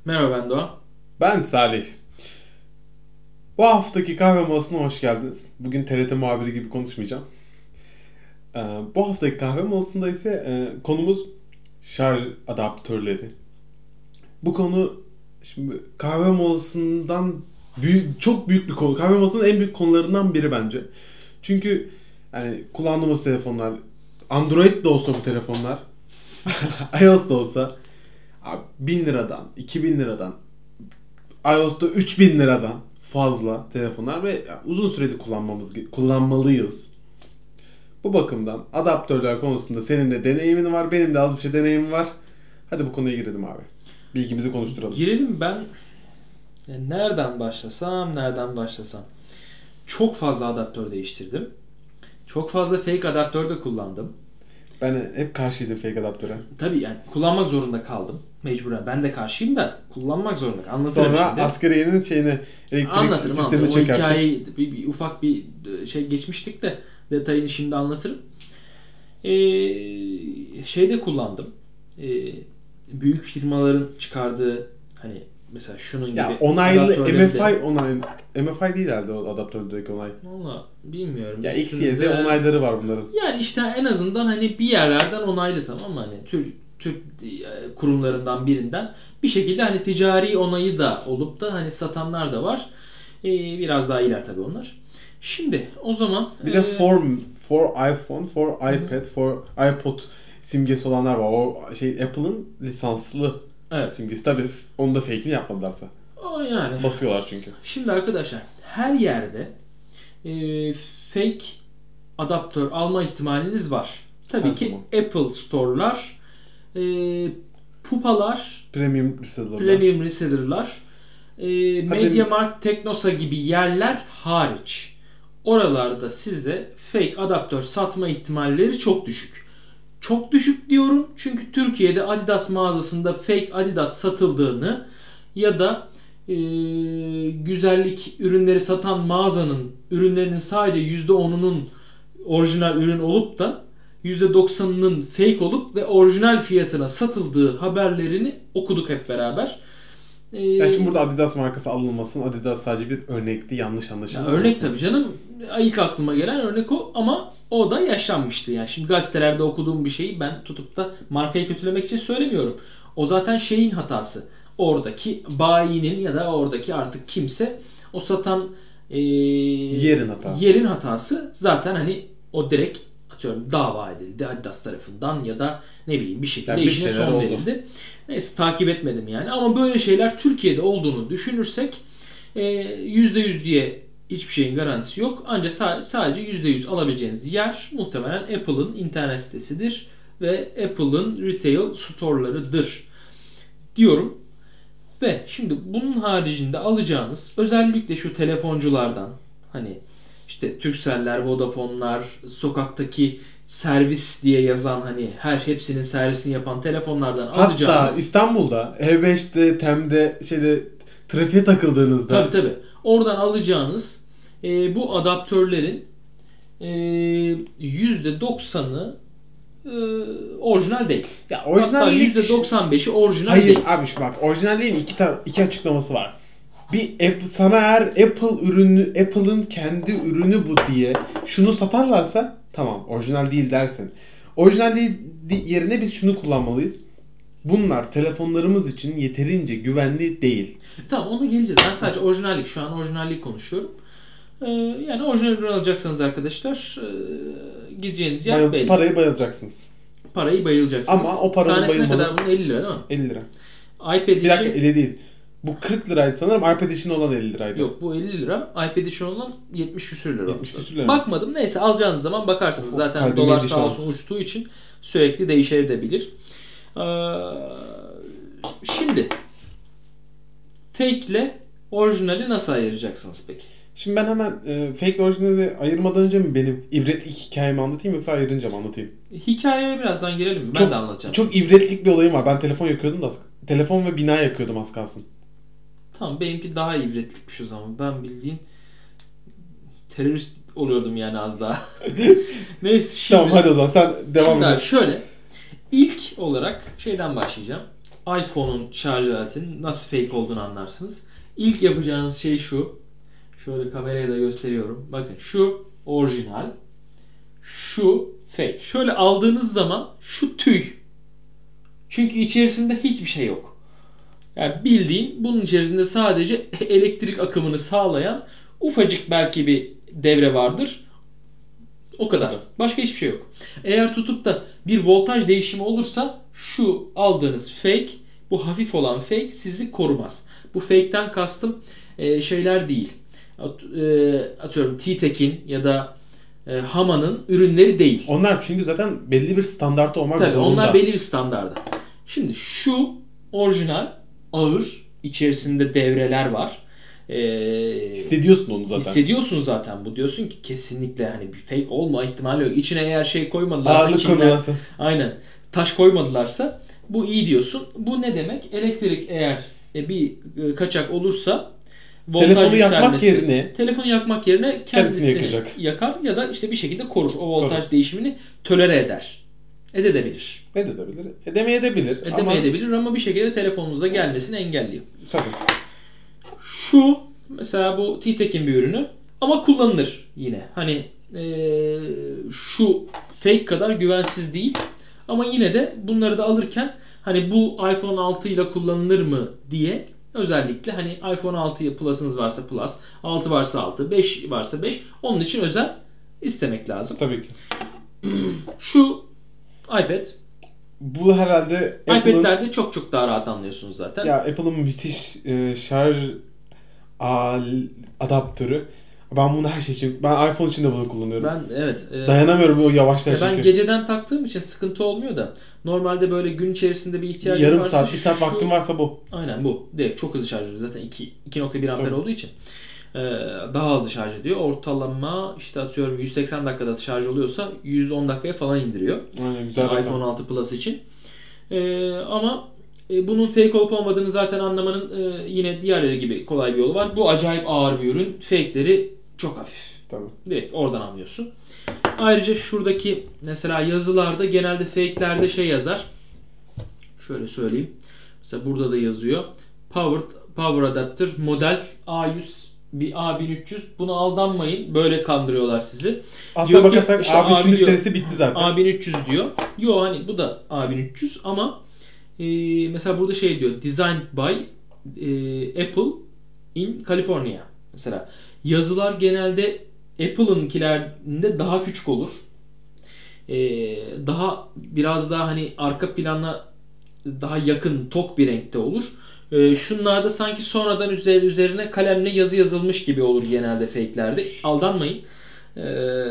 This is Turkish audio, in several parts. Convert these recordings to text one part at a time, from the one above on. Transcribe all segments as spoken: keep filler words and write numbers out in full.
Merhaba ben Doğa. Ben Salih. Bu haftaki kahve molasına hoş geldiniz. Bugün T R T muhabiri gibi konuşmayacağım. Ee, bu haftaki kahve molasında ise e, konumuz şarj adaptörleri. Bu konu şimdi kahve molasından büyük, çok büyük bir konu. Kahve molasının en büyük konularından biri bence. Çünkü yani kullandığımız telefonlar, Android de olsa bu telefonlar, iOS da olsa abi bin liradan, iki bin liradan, iOS'ta üç bin liradan fazla telefonlar ve uzun süreli kullanmamız kullanmalıyız. Bu bakımdan adaptörler konusunda senin de deneyimin var, benim de az bir şey deneyimim var. Hadi bu konuya girelim abi. Bilgimizi konuşturalım. Girelim ben yani nereden başlasam nereden başlasam. Çok fazla adaptör değiştirdim. Çok fazla fake adaptör de kullandım. Ben hep karşıydım fake adaptöre. Tabii yani kullanmak zorunda kaldım. Mecburen. Ben de karşıyım da kullanmak zorunda kaldım. Anlatırım Sonra şimdi. askeriyenin şeyini, elektrik Anlatırım sistemini anlatırım. O çökerttik. hikayeyi bir, bir ufak bir şey geçmiştik de detayını şimdi anlatırım. Ee, şeyde kullandım. Ee, büyük firmaların çıkardığı hani mesela şunun gibi Ya onaylı adaptörleri M F de- I onay M F I değil herhalde o adaptördeki onay. Valla bilmiyorum. Ya X, Y, Z Üstünde- onayları var bunların. Yani işte en azından hani bir yerlerden onaylı, tamam mı? Hani Türk Türk e, kurumlarından birinden bir şekilde hani ticari onayı da olup da hani satanlar da var. Ee, biraz daha iyiler tabii onlar. Şimdi o zaman Bir de e, for for iPhone, for iPad, for iPod simgesi olanlar var. O şey Apple'ın lisanslı evet. simgesi. Tabii onu da fake'ini yapmadılarsa. O yani. Basıyorlar çünkü. Şimdi arkadaşlar her yerde e, fake adaptör alma ihtimaliniz var. Tabii Her ki zaman. Apple Store'lar, e, pupalar, Premium reseller'lar. premium reseller'lar, e, MediaMarkt, Teknosa gibi yerler hariç. Oralarda size fake adaptör satma ihtimalleri çok düşük. Çok düşük diyorum çünkü Türkiye'de Adidas mağazasında fake Adidas satıldığını ya da e, güzellik ürünleri satan mağazanın ürünlerinin sadece yüzde onunun orijinal ürün olup da yüzde doksanının fake olup ve orijinal fiyatına satıldığı haberlerini okuduk hep beraber. Ee, Ya şimdi burada Adidas markası alınmasın. Adidas sadece bir örnekti. Yanlış anlaşılmasın. örnek tabii canım. İlk aklıma gelen örnek o ama o da yaşanmıştı. Yani şimdi gazetelerde okuduğum bir şeyi ben tutup da markayı kötülemek için söylemiyorum. O zaten şeyin hatası. Oradaki bayinin ya da oradaki artık kimse o satan e, Yerin hatası. yerin hatası zaten hani o direkt atıyorum dava edildi Adidas tarafından ya da ne bileyim bir şekilde Yani bir işine şeyler son oldu. verildi. Neyse takip etmedim yani ama böyle şeyler Türkiye'de olduğunu düşünürsek e, yüzde yüz diye hiçbir şeyin garantisi yok. Ancak sa- sadece yüzde yüz alabileceğiniz yer muhtemelen Apple'ın internet sitesidir ve Apple'ın retail store'larıdır diyorum. Ve şimdi bunun haricinde alacağınız özellikle şu telefonculardan hani işte Turkcell'ler, Vodafone'lar, sokaktaki servis diye yazan hani her hepsinin servisini yapan telefonlardan Hatta alacağınız. İstanbul'da E beşte, Tem'de şeyde trafiğe takıldığınızda Tabii tabii. Oradan alacağınız e, bu adaptörlerin e, yüzde doksanı e, orijinal değil. ya Hatta orijinallik yüzde doksan beşi orijinal Hayır değil. abi şu bak orijinalliğin iki tar- iki açıklaması var. Bir Apple, sana eğer Apple ürünü Apple'ın kendi ürünü bu diye şunu satarlarsa tamam orijinal değil dersin. Orijinal değil di- yerine biz şunu kullanmalıyız. Bunlar telefonlarımız için yeterince güvenli değil. Tamam ona geleceğiz. Ben sadece orijinallik şu an orijinallik konuşuyorum. Ee, yani orijinal ürün alacaksanız arkadaşlar e, gideceğiniz yer Bayıl- belli. parayı bayılacaksınız. Parayı bayılacaksınız. Ama o paranın Tanesine bayılmanın- kadar bunun elli lira değil mi? elli lira. iPad Bir dakika için öyle değil. Bu kırk liraydı sanırım. iPad için olan elli liraydı. yok bu elli lira. iPad için olan yetmiş küsür lira. yetmiş olmuş. küsür lira. Bakmadım. Neyse alacağınız zaman bakarsınız. Of, Zaten kalbim dolar yedi şu sağ an. olsun uçtuğu için sürekli değişebilir. Ee, şimdi fake ile orijinali nasıl ayıracaksınız peki? Şimdi ben hemen e, fake ile orijinali ayırmadan önce mi benim ibretlik hikayemi anlatayım yoksa ayırınca mı anlatayım? Hikayeye birazdan girelim mi? Ben çok, de anlatacağım. Çok ibretlik bir olayım var. Ben telefon yakıyordum da az- telefon ve bina yakıyordum az kalsın. Tamam benimki daha ibretlikmiş o zaman. Ben bildiğin terörist oluyordum yani az daha. Neyse şimdi. Tamam hadi o zaman sen devam Şimdi abi et. şöyle. İlk olarak şeyden başlayacağım. iPhone'un şarj aletinin nasıl fake olduğunu anlarsınız. İlk yapacağınız şey şu. Şöyle kameraya da gösteriyorum. Bakın şu orijinal. Şu fake. Şöyle aldığınız zaman şu tüy. Çünkü içerisinde hiçbir şey yok. Yani bildiğin bunun içerisinde sadece elektrik akımını sağlayan ufacık belki bir devre vardır. O kadar. Başka hiçbir şey yok. Eğer tutup da bir voltaj değişimi olursa şu aldığınız fake, bu hafif olan fake sizi korumaz. Bu fake'ten kastım e, şeyler değil. At, e, atıyorum T-Tek'in ya da e, Hama'nın ürünleri değil. Onlar çünkü zaten belli bir standartı olmak Tabii zorunda. onlar belli bir standarda. Şimdi şu orijinal ağır, içerisinde devreler var. Ee, Hissediyorsun onu zaten. Hissediyorsun zaten bu. Diyorsun ki kesinlikle hani bir fake olma ihtimali yok. İçine eğer şey koymadılarsa, Ağırlık içinden, koymadılarsa. aynen taş koymadılarsa bu iyi diyorsun. Bu ne demek? Elektrik eğer e, bir e, kaçak olursa voltaj telefonu yakmak yükselmesi, yerine telefonu yakmak yerine kendisini, kendisini yakacak. yakar ya da işte bir şekilde korur. O voltaj Korur. değişimini tolere eder. Edebilir. Edebilir. Edemeyebilir. Edemeyebilir ama... ama bir şekilde telefonunuza gelmesini engelliyor. Tabii. Şu mesela bu T-Tek'in bir ürünü ama kullanılır yine. Hani ee, şu fake kadar güvensiz değil. Ama yine de bunları da alırken hani bu iPhone altı ile kullanılır mı diye özellikle hani iPhone altı Plus'ınız varsa Plus, altı varsa altı, beş varsa beş, onun için özel istemek lazım. Tabii ki. Şu iPad. Bu herhalde iPad'lerde çok çok daha rahat anlıyorsunuz zaten. Ya Apple'ın müthiş e, şarj al, adaptörü. Ben bunu her şey için, ben iPhone için de bunu kullanıyorum. Ben evet. E, Dayanamıyorum o yavaşlar çünkü. Ben geceden taktığım için sıkıntı olmuyor da normalde böyle gün içerisinde bir ihtiyacım yarım varsa saat, bir saat şu, vaktim varsa bu. Aynen bu. Direkt çok hızlı şarj ediyor. Zaten iki nokta bir amper olduğu için e, daha hızlı şarj ediyor. Ortalama işte atıyorum yüz seksen dakikada şarj oluyorsa yüz on dakikaya falan indiriyor. Aynen, güzel yani iPhone altı Plus için. E, ama e, bunun fake olup olmadığını zaten anlamanın e, yine diğerleri gibi kolay bir yolu var. Bu acayip ağır bir ürün. Fake'leri çok hafif. Tabii. Direkt oradan anlıyorsun. Ayrıca şuradaki mesela yazılarda genelde fake'lerde şey yazar. Şöyle söyleyeyim. Mesela burada da yazıyor. Powered Power Adapter model A yüz bir A bin üç yüz. Buna aldanmayın. Böyle kandırıyorlar sizi. Aslına Diyor ki, bakarsak işte A bin üç yüz diyor, serisi bitti zaten. A bin üç yüz diyor. Yo hani bu da A bin üç yüz ama e, mesela burada şey diyor. Designed by e, Apple in California. Mesela yazılar genelde Apple'ınkilerinde daha küçük olur. Ee, daha biraz daha hani arka planla daha yakın tok bir renkte olur. Ee, şunlarda sanki sonradan üzerine, üzerine kalemle yazı yazılmış gibi olur genelde fake'lerde. Aldanmayın. Ee,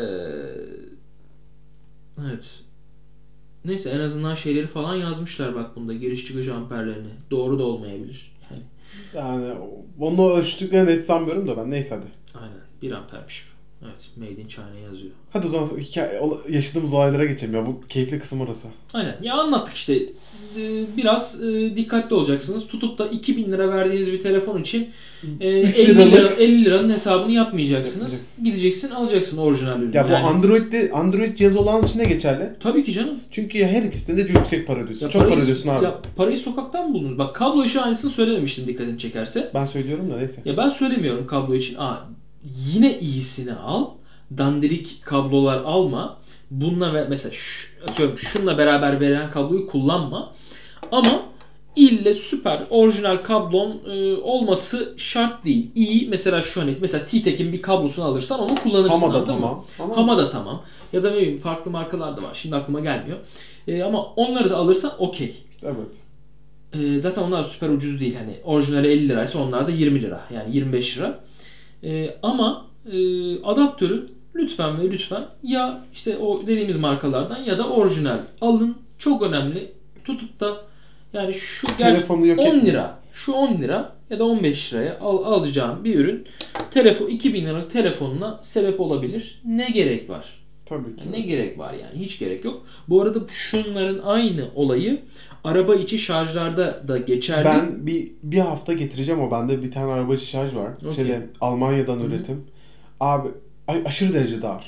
evet. Neyse en azından şeyleri falan yazmışlar bak bunda. Giriş çıkış amperlerini. Doğru da olmayabilir. Yani, yani onu ölçtüklerini hiç sanmıyorum da ben. Neyse hadi. aynen. bir ampermiş. Evet. Made in China yazıyor. Hadi o zaman hikaye, yaşadığımız olaylara geçelim ya. Bu keyifli kısım orası. Aynen. Ya anlattık işte. Biraz dikkatli olacaksınız. Tutup da iki bin lira verdiğiniz bir telefon için elli lira, elli liranın hesabını yapmayacaksınız. Gideceksin alacaksın orijinal ürünü. Ya bu yani. Android'de Android cihazı olan için de geçerli. Tabii ki canım. Çünkü her ikisinde de yüksek para ödüyorsun. Ya Çok parayı, para ödüyorsun abi. Ya parayı sokaktan mı buldunuz? Bak kablo işi aynısını söylememiştim dikkatini çekerse. Ben söylüyorum da neyse. Ya ben söylemiyorum kablo için. Aa, yine iyisini al. Dandirik kablolar alma. Bununla ve mesela şu, atıyorum şununla beraber verilen kabloyu kullanma. Ama ille süper orijinal kablon e, olması şart değil. İyi mesela şu hani mesela T-Tek'in bir kablosunu alırsan onu kullanırsın. Hama da tamam. Ama... Hama da tamam. Ya da ne bileyim farklı markalar da var. Şimdi aklıma gelmiyor. E, ama onları da alırsan okey. Evet. E, zaten onlar süper ucuz değil. Hani orijinali elli liraysa onlar da yirmi lira. Yani yirmi beş lira. E, ama e, adaptörü lütfen ve lütfen ya işte o dediğimiz markalardan ya da orijinal alın. Çok önemli. Tutup da yani şu telefonu yok on etme. lira, şu on lira ya da on beş liraya al, alacağım bir ürün telefon iki bin liralık telefonuna sebep olabilir. Ne gerek var? Tabii ki. Ne gerek var yani? Hiç gerek yok. Bu arada şunların aynı olayı araba içi şarjlarda da geçerli. Ben bir bir hafta getireceğim o bende bir tane araba içi şarj var. Okay. Şeyde Almanya'dan Hı-hı. üretim. Abi aşırı derecede ağır.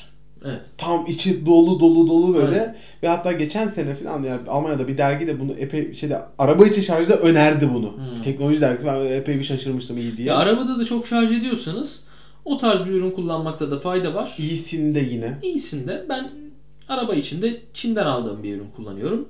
Evet. Tam içi dolu dolu dolu böyle. Aynen. Ve hatta geçen sene falan yani Almanya'da bir dergi de bunu epey şeyde araba içi şarjda önerdi bunu. Hmm. Teknoloji dergisi, ben epey bir şaşırmıştım iyi diye. Ya arabada da çok şarj ediyorsanız o tarz bir ürün kullanmakta da fayda var. İyisinde yine. İyisinde ben araba içinde Çin'den aldığım bir ürün kullanıyorum.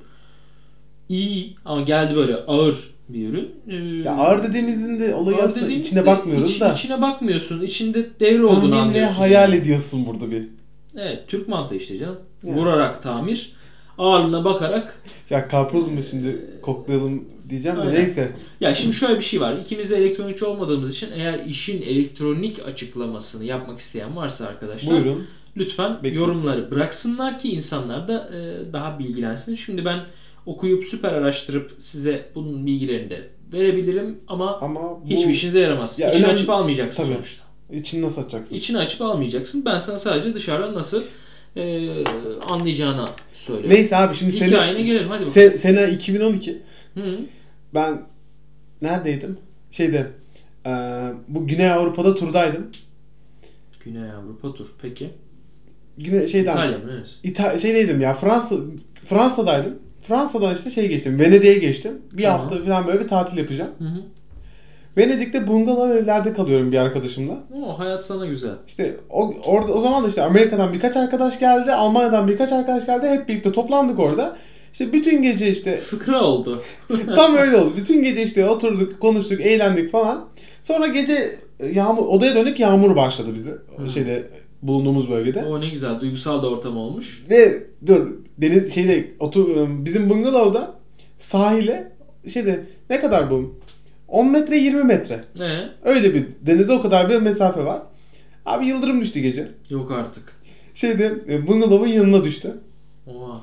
İyi ama geldi böyle ağır bir ürün. Ee, Ya ağır dediğimizin de olayı ağır aslında dediğimizde içine bakmıyoruz iç- da. İçine bakmıyorsun. İçinde devre olduğunu Tahmin ve anlıyorsun. hayal yani. ediyorsun burada bir. Evet, Türk mantığı işte canım. Yani. Vurarak tamir, ağırlığına bakarak. Ya karpuz mu şimdi koklayalım diyeceğim de Aynen. neyse. Ya şimdi şöyle bir şey var. İkimiz de elektronikçi olmadığımız için eğer işin elektronik açıklamasını yapmak isteyen varsa arkadaşlar Buyurun. lütfen Bekliyoruz. yorumları bıraksınlar ki insanlar da e, daha bilgilensin. Şimdi ben okuyup süper araştırıp size bunun bilgilerini de verebilirim ama, Ama bu... hiçbir işinize yaramaz. Ya İçini önemli- açıp almayacaksın Tabii. sonuçta. İçini nasıl açacaksın? İçini açıp almayacaksın. Ben sana sadece dışarıdan nasıl e, anlayacağını söylüyorum. Neyse abi şimdi sene, Hikayene gelelim hadi bakalım. se, sene iki bin on iki. Hı. Ben neredeydim? Şeyde e, bu Güney Avrupa'da turdaydım. Güney Avrupa tur. Peki. Güney şeyden İtalya mı? Neresi? İta şeydeydim ya Fransa Fransa'daydım. Fransa'dan işte şey geçtim. Venedik'e geçtim. Bir Tamam. hafta falan böyle bir tatil yapacağım. Hı hı. Venedik'te bungalov evlerde kalıyorum bir arkadaşımla. O hayat sana güzel. İşte o, orada o zaman da işte Amerika'dan birkaç arkadaş geldi, Almanya'dan birkaç arkadaş geldi. Hep birlikte toplandık orada. İşte bütün gece işte Fıkra oldu. tam öyle oldu. Bütün gece işte oturduk, konuştuk, eğlendik falan. Sonra gece yağmur odaya dönük yağmur başladı bize. Hı. Şeyde bulunduğumuz bölgede. O ne güzel. Duygusal da ortam olmuş. Ve dur deniz şeyde otur bizim bungalovda sahile şeyde ne kadar bu? on metre yirmi metre. Ne? Öyle bir denize o kadar bir mesafe var. Abi yıldırım düştü gece. Yok artık. Şeyde e, bungalovun yanına düştü. Oha.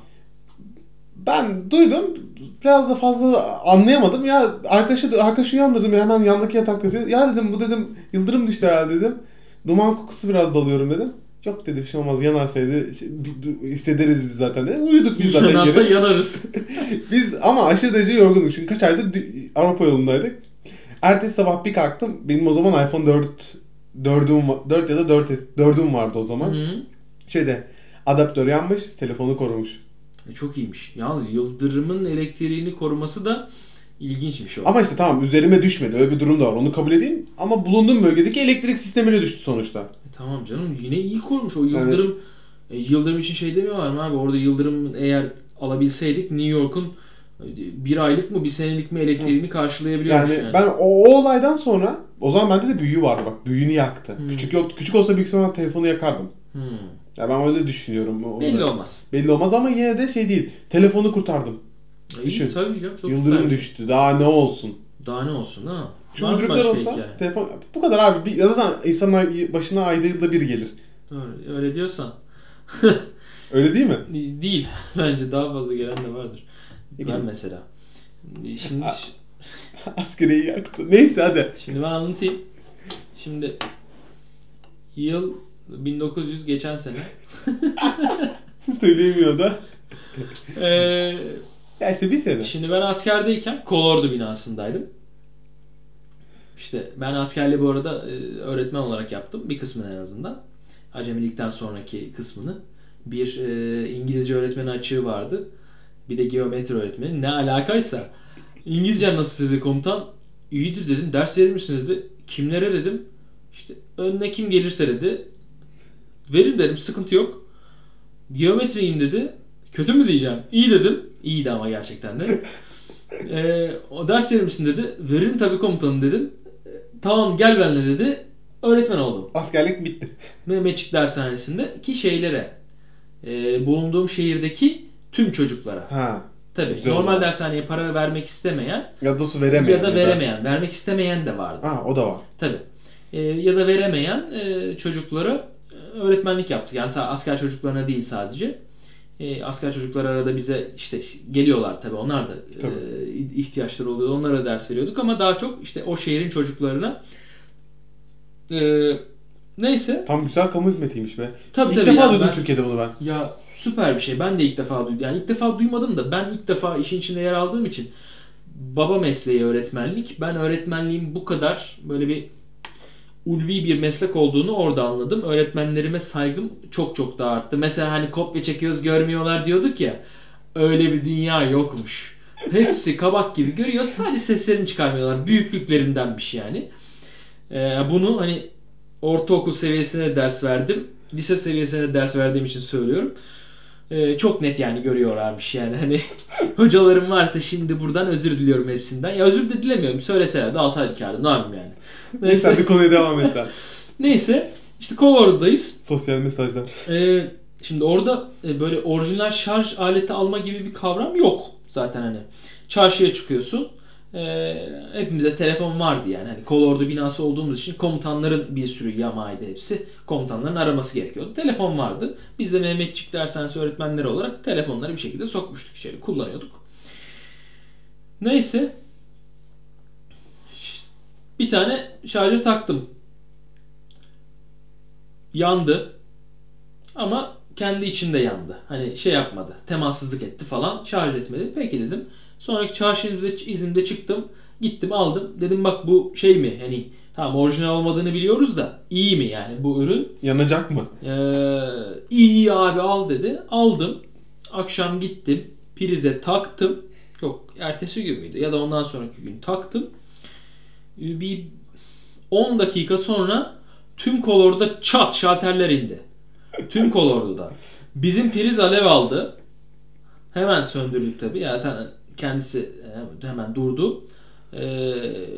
Ben duydum. Biraz da fazla anlayamadım. Ya arkadaşı arkadaşı uyandırdım. Ya hemen yandaki yatakta yatıyor. Ya dedim bu dedim yıldırım düştü herhalde dedim. Duman kokusu biraz dalıyorum dedim. Yok dedi bir şey olmaz yanarsaydı şey, hissederiz biz zaten dedi. Uyuduk biz zaten Yanarsa geri. yanarız. Biz ama aşırı derece yorgunduk. Çünkü kaç aydır dü- Avrupa yolundaydık. Ertesi sabah bir kalktım. Benim o zaman iPhone dört dördüm va- dört ya da dört S dördüm vardı o zaman. Hı. Şeyde adaptör yanmış, telefonu korumuş. E, çok iyiymiş. Yalnız yıldırımın elektriğini koruması da ilginçmiş o. Ama işte tamam üzerime düşmedi. Öyle bir durum da var. Onu kabul edeyim. Ama bulunduğum bölgedeki elektrik sistemine düştü sonuçta. E, tamam canım yine iyi korumuş o yıldırım. E, yıldırım için şey demiyorlar mı abi? Orada yıldırım eğer alabilseydik New York'un bir aylık mı bir senelik mi elektriğini karşılayabiliyormuş Yani, yani. ben o, o olaydan sonra o zaman bende de büyü vardı bak. Büyünü yaktı. Hmm. Küçük yok küçük olsa büyük ihtimalle telefonu yakardım. Hmm. Ya ben öyle düşünüyorum. O- Belli o- olmaz. Belli olmaz ama yine de şey değil. Telefonu kurtardım. E, Düşün. İyi tabii canım çok Yıldırım süper. düştü. Daha ne olsun? Daha ne olsun ha? Şu Var mı müdürükler başka olsa hikaye? telefon bu kadar abi. Bir, zaten insanın ay- başına ayda yılda bir gelir. Doğru, öyle diyorsan. Öyle değil mi? Değil. Bence daha fazla gelen de vardır. Ne Ben bileyim. mesela. Şimdi Askeriyi yaktı. Neyse hadi. şimdi ben anlatayım. Şimdi yıl bin dokuz yüz geçen sene. Söyleyemiyor da. Ee, Ya işte bir sene. şimdi ben askerdeyken kolordu binasındaydım. İşte ben askerliği bu arada e, öğretmen olarak yaptım. Bir kısmını en azından. Acemilikten sonraki kısmını. Bir e, İngilizce öğretmeni açığı vardı. Bir de geometri öğretmeni. Ne alakaysa. İngilizce nasıl dedi komutan? İyidir dedim. Ders verir misin dedi. Kimlere dedim. İşte önüne kim gelirse dedi. Verim dedim. Sıkıntı yok. Geometriyim dedi. Kötü mü diyeceğim? İyi dedim. İyiydi ama gerçekten de. Ee, o ders verir misin dedi. Veririm tabii komutanım dedim. Tamam gel benimle dedi. Öğretmen oldum. Askerlik bitti. Mehmetçik dershanesinde ki şeylere e, bulunduğum şehirdeki tüm çocuklara. Ha. Tabii Güzel normal oldu. dershaneye para vermek istemeyen Ya da veremeyen. ya da veremeyen, vermek istemeyen de vardı. Ha o da var. Tabii. E, ya da veremeyen e, çocuklara e, öğretmenlik yaptık. Yani sa- asker çocuklarına değil sadece. E, asker çocuklar arada bize işte geliyorlar tabii onlar da e, ihtiyaçları oluyor. Onlara ders veriyorduk ama daha çok işte o şehrin çocuklarına e, neyse. Tam güzel kamu hizmetiymiş be. Tabii, İlk tabii defa yani duydum ben- Türkiye'de bunu ben. Ya süper bir şey. Ben de ilk defa duydum. Yani ilk defa duymadım da ben ilk defa işin içinde yer aldığım için baba mesleği öğretmenlik. Ben öğretmenliğin bu kadar böyle bir ulvi bir meslek olduğunu orada anladım. Öğretmenlerime saygım çok çok daha arttı. Mesela hani kopya çekiyoruz görmüyorlar diyorduk ya. Öyle bir dünya yokmuş. Hepsi kabak gibi görüyor. Sadece seslerini çıkarmıyorlar. Büyüklüklerindenmiş yani. Ee, bunu hani ortaokul seviyesine ders verdim. Lise seviyesine ders verdiğim için söylüyorum. Ee, çok net yani görüyorlarmış yani. Hani hocalarım varsa şimdi buradan özür diliyorum hepsinden. Ya özür de dilemiyorum. Söyleseler de alsaydı kağıdı. Ne yapayım yani. Neyse. Sen de konuya devam et sen. Neyse. İşte Color'dayız. Sosyal mesajlar. Ee, şimdi orada e, böyle orijinal şarj aleti alma gibi bir kavram yok zaten hani. Çarşıya çıkıyorsun. Ee, hepimize telefon vardı yani. Hani kolordu binası olduğumuz için komutanların bir sürü yamaydı hepsi. Komutanların araması gerekiyordu. Telefon vardı. Biz de Mehmetçik dershanesi öğretmenleri olarak telefonları bir şekilde sokmuştuk içeri. Kullanıyorduk. Neyse. Bir tane şarjı taktım. Yandı. Ama kendi içinde yandı. Hani şey yapmadı. Temassızlık etti falan. Şarj etmedi. Peki dedim. Sonraki çarşı iznimde çıktım. Gittim aldım. Dedim bak bu şey mi? Hani tamam orijinal olmadığını biliyoruz da iyi mi yani bu ürün? Yanacak mı? Ee, iyi iyi abi al dedi. Aldım. Akşam gittim. Prize taktım. Yok ertesi gün müydü? Ya da ondan sonraki gün taktım. Bir on dakika sonra tüm kolorda çat şalterler indi. Tüm kolorduda. Bizim priz alev aldı. Hemen söndürdük tabii. Yani kendisi hemen durdu. Ee,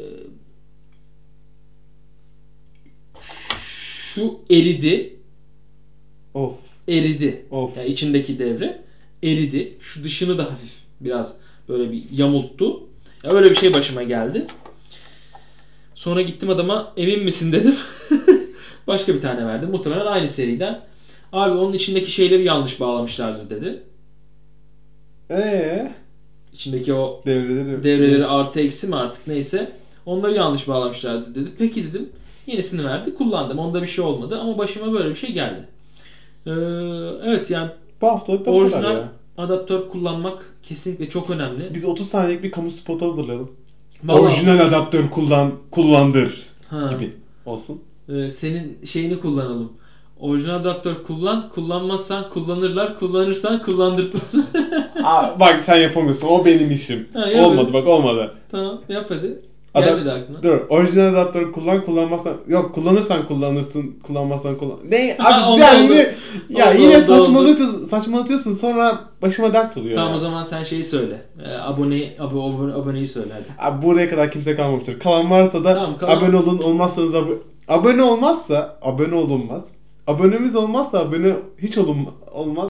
şu eridi. Of. Eridi. Of. Yani içindeki devre eridi. Şu dışını da hafif biraz böyle bir yamulttu. Ya öyle bir şey başıma geldi. Sonra gittim adama emin misin dedim. Başka bir tane verdim. Muhtemelen aynı seriden. Abi onun içindeki şeyleri yanlış bağlamışlardı dedi. Eee? İçindeki o devreleri, devreleri artı eksi mi artık neyse. Onları yanlış bağlamışlardı dedi. Peki dedim. Yenisini verdi. Kullandım. Onda bir şey olmadı ama başıma böyle bir şey geldi. Ee, evet yani bu haftalık da bu orijinal kadar ya. adaptör kullanmak kesinlikle çok önemli. Biz otuz saniyelik bir kamu spotu hazırlayalım. Vallahi... Orijinal adaptör kullan, kullandır ha. gibi olsun. Ee, senin şeyini kullanalım. Orijinal adaptör kullan, kullanmazsan kullanırlar, kullanırsan kullandırtmaz. Aa, bak sen yapamıyorsun, o benim işim. Ha, olmadı hadi. Bak olmadı. Tamam yap hadi. Adam, gelmedi aklına. Dur, orijinal adaptörü kullan, kullanmazsan yok, kullanırsan kullanırsın, kullanmazsan kullan. Ne abi Ha, oldu, ya oldu. yine ya oldu, yine oldu, saçmalıyorsun, saçmalatıyorsun sonra başıma dert oluyor. Tamam ya. O zaman sen şeyi söyle. Ee, abone ab, abone aboneyi söyle hadi. Abi buraya kadar kimse kalmamıştır. Kalan varsa da Tamam, kalan... abone olun, olmazsanız abone abone olmazsa abone olunmaz. Abonemiz olmazsa abone hiç olun olmaz.